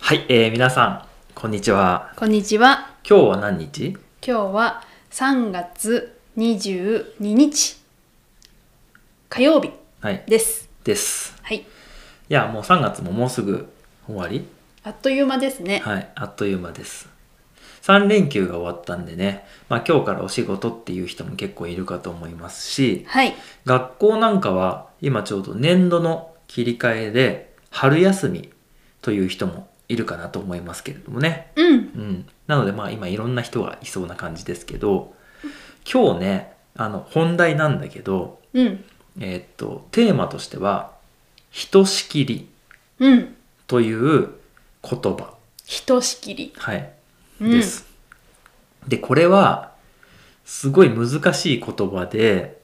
はい、皆さんこんにちは。 こんにちは。 今日は何日？ 今日は3月22日火曜日はいです。 です。 はい。 いや、もう3月ももうすぐ終わり。 あっという間ですね。 はい、あっという間です。3連休が終わったんでね、今日からお仕事っていう人も結構いるかと思いますし、 はい。 学校なんかは今ちょうど年度の切り替えで春休みという人もいるかなと思いますけれどもね。なので今いろんな人がいそうな感じですけど、今日ね、本題なんだけど、 うん。 テーマとしてはひとしきりうん。 という言葉、 ひとしきり。 はい、 うんです。で、これはすごい難しい言葉で、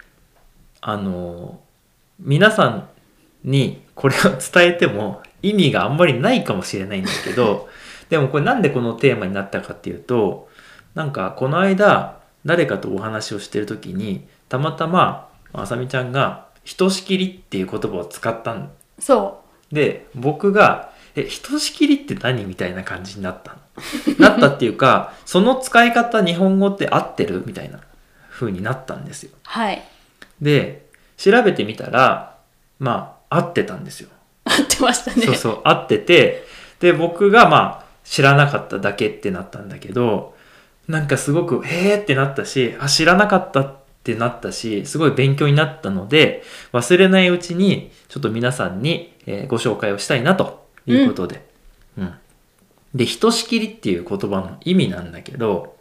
皆さんにこれを伝えても意味があんまりないかもしれないんだけど、でもこれなんでこのテーマになったかっていうと、なんかこの間誰かとお話をしてる時にたまたまあさみちゃんがひとしきりっていう言葉を使ったんそで、僕がひとしきりって何みたいな感じになったの。なったっていうか、その使い方日本語って合ってるみたいな風になったんですよ。 う。はい。 で、調べてみたら、合ってたんですよ。 合ってましたね。 そうそう、合ってて、で、僕が知らなかっただけってなったんだけど、なんかすごく、へーってなったし、知らなかったってなったし、すごい勉強になったので、忘れないうちに、ちょっと皆さんに、ご紹介をしたいなということで。で、ひとしきりっていう言葉の意味なんだけど、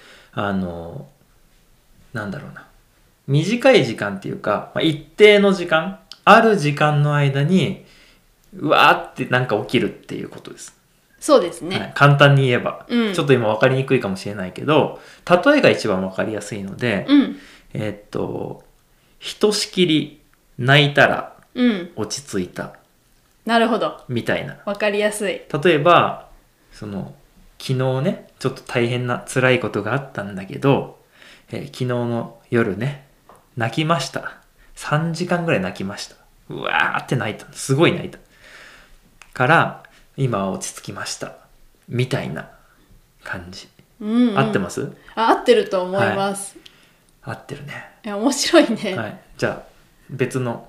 なんだろうな。短い時間っていうか、一定の時間、ある時間の間に、うわーってなんか起きるっていうことです。 そうですね。 はい、簡単に言えば、 うんちょっと今分かりにくいかもしれないけど、例えが一番分かりやすいので、 うん。 ひとしきり泣いたらうん。 落ち着いたなるほど。 みたいな。 わかりやすい。 例えば、昨日ね、ちょっと大変な辛いことがあったんだけど、昨日の夜ね、泣きました。3時間ぐらい泣きました。うわーって泣いた。すごい泣いた。から、今は落ち着きました。みたいな感じ。 うん、うん。 合ってます？ 合ってると思います。 合ってるね。 いや、面白いね。 はい。じゃあ、別の。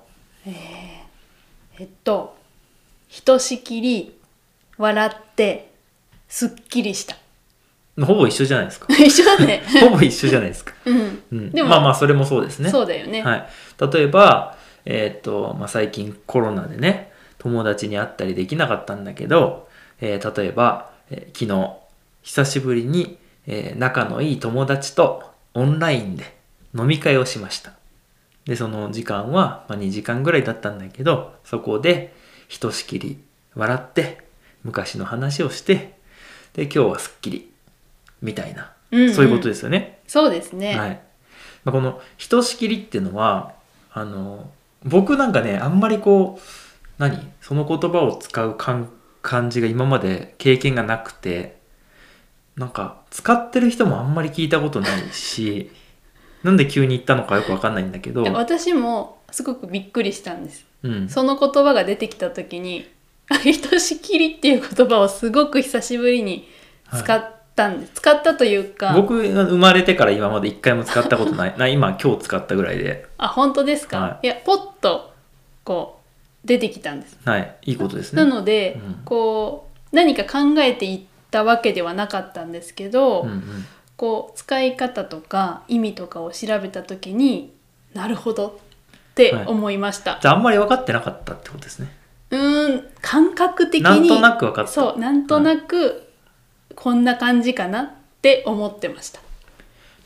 ひとしきり笑ってすっきりした。 ほぼ一緒じゃないですか。 一緒だね。 ほぼ一緒じゃないですか。 でもそれもそうですね。 そうだよね。 はい。例えば、最近コロナでね、友達に会ったりできなかったんだけど、例えば、昨日、久しぶりに、仲のいい友達とオンラインで飲み会をしました。で、その時間は、2時間ぐらいだったんだけど、そこで、ひとしきり笑って、昔の話をして、で、今日はすっきり、みたいな、そういうことですよね。 そうですね。 はい。このひとしきりっていうのは、僕なんかね、あんまりその言葉を使う感じが今まで経験がなくて、なんか使ってる人もあんまり聞いたことないし、なんで急に言ったのかよくわかんないんだけど、 私もすごくびっくりしたんです。 うん、 その言葉が出てきた時に、ひとしきりっていう言葉をすごく久しぶりに使ったんです。使ったというか。 僕生まれてから今まで一回も使ったことない。今日使ったぐらいで。 あ、本当ですか？ はい、 いや、ポッと出てきたんです。 はい、いいことですね。 なので、何か考えていったわけではなかったんですけど、使い方とか意味とかを調べた時に、なるほどって思いました。 じゃああんまり分かってなかったってことですね。 感覚的になんとなく分かった。 そう、なんとなくこんな感じかなって思ってました。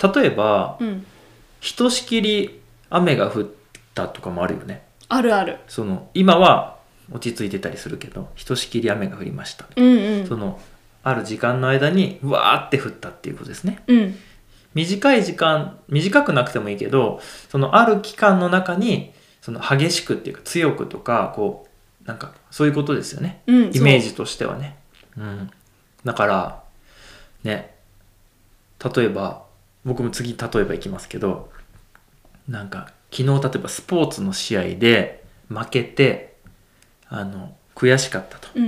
例えば、ひとしきり雨が降ったとかもあるよね。 あるある。 今は落ち着いてたりするけど、ひとしきり雨が降りました。ある時間の間にわーって降ったっていうことですね。短い時間、短くなくてもいいけど、ある期間の中に激しくっていうか強くとかなんかそういうことですよね。イメージとしてはね。だからね、例えば僕も次例えばいきますけど、なんか昨日例えばスポーツの試合で負けて悔しかったと、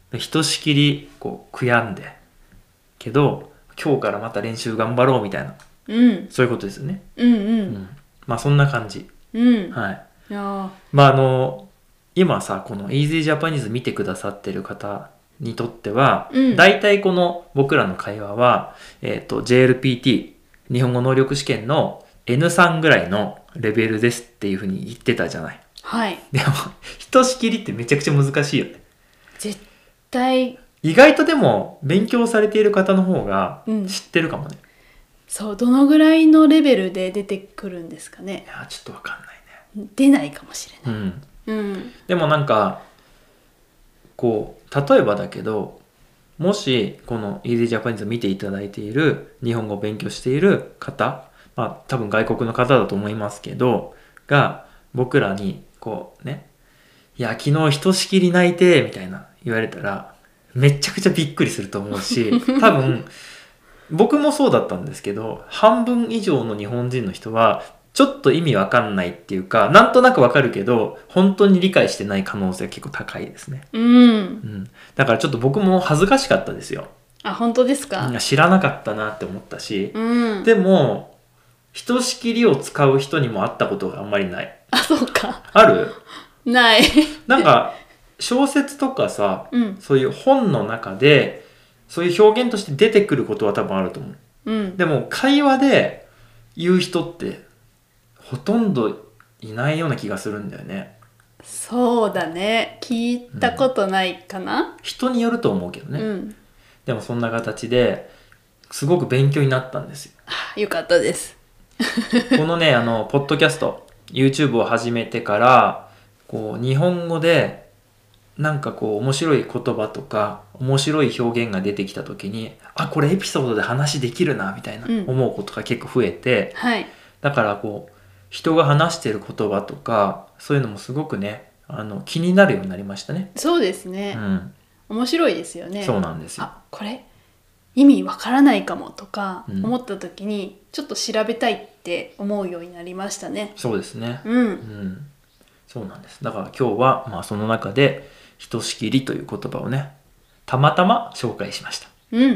ひとしきりこう悔やんでけど今日からまた練習頑張ろうみたいな、そういうことですよね。まあそんな感じ。はい。まあ今さこの Easy Japanese 見てくださってる方にとっては、大体この僕らの会話は、JLPT 日本語能力試験の N3 ぐらいのレベルですっていうふうに言ってたじゃない。 はい。 でもひとしきりってめちゃくちゃ難しいよね。 絶対。 意外とでも勉強されている方の方が知ってるかもね。 そう、どのぐらいのレベルで出てくるんですかね。 いやちょっとわかんないね。出ないかもしれない。 でもなんかこう例えばだけど、もしこの Easy Japanese を見ていただいている日本語を勉強している方、まあ多分外国の方だと思いますけどが僕らにこうね、いや昨日ひとしきり泣いてみたいな言われたらめちゃくちゃびっくりすると思うし、多分僕もそうだったんですけど、半分以上の日本人の人はちょっと意味わかんないっていうか、なんとなくわかるけど本当に理解してない可能性が結構高いですね。だからちょっと僕も恥ずかしかったですよ。 あ、本当ですか？ 知らなかったなって思ったし、でもひとしきりを使う人にも会ったことがあんまりない。 あ、そうか。 ある？ ない。 なんか小説とかさ、そういう本の中でそういう表現として出てくることは多分あると思う。でも会話で言う人ってほとんどいないような気がするんだよね。そうだね。聞いたことないかな。 人によると思うけどね。でもそんな形ですごく勉強になったんですよ。 よかったです。 このねポッドキャスト YouTube を始めてからこう日本語でなんかこう面白い言葉とか面白い表現が出てきた時に、あ、これエピソードで話できるなみたいな思うことが結構増えて、だからこう人が話している言葉とかそういうのもすごくね気になるようになりましたね。 そうですね。面白いですよね。 そうなんですよ。 あ、これ意味わからないかもとか思った時にちょっと調べたいって思うようになりましたね。 そうですね。そうなんです。だから今日はまあその中でひとしきりという言葉をねたまたま紹介しました。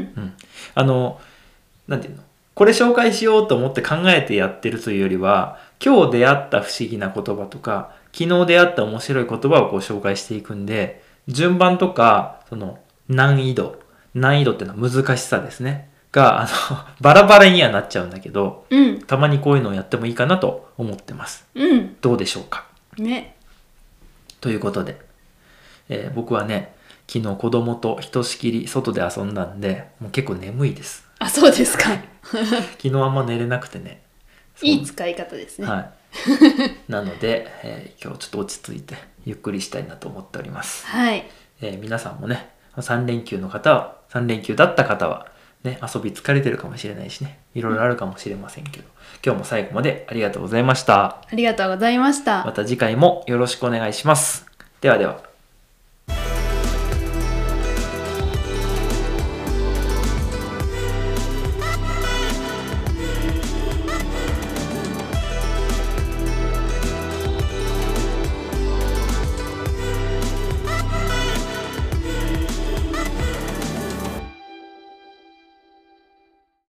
なんていうの、これ紹介しようと思って考えてやってるというよりは、今日出会った不思議な言葉とか昨日出会った面白い言葉をこう紹介していくんで、順番とかその難易度っていうのは難しさですねがバラバラにはなっちゃうんだけど、たまにこういうのをやってもいいかなと思ってます。どうでしょうかね。ということで、僕はね昨日子供とひとしきり外で遊んだんでもう結構眠いです。 あ、そうですか。 昨日あんま寝れなくてね。 いい使い方ですね。 なので、今日ちょっと落ち着いてゆっくりしたいなと思っております。皆さんもね3連休だった方はね遊び疲れてるかもしれないしね、いろいろあるかもしれませんけど、今日も最後までありがとうございました。 ありがとうございました。 また次回もよろしくお願いします。ではでは。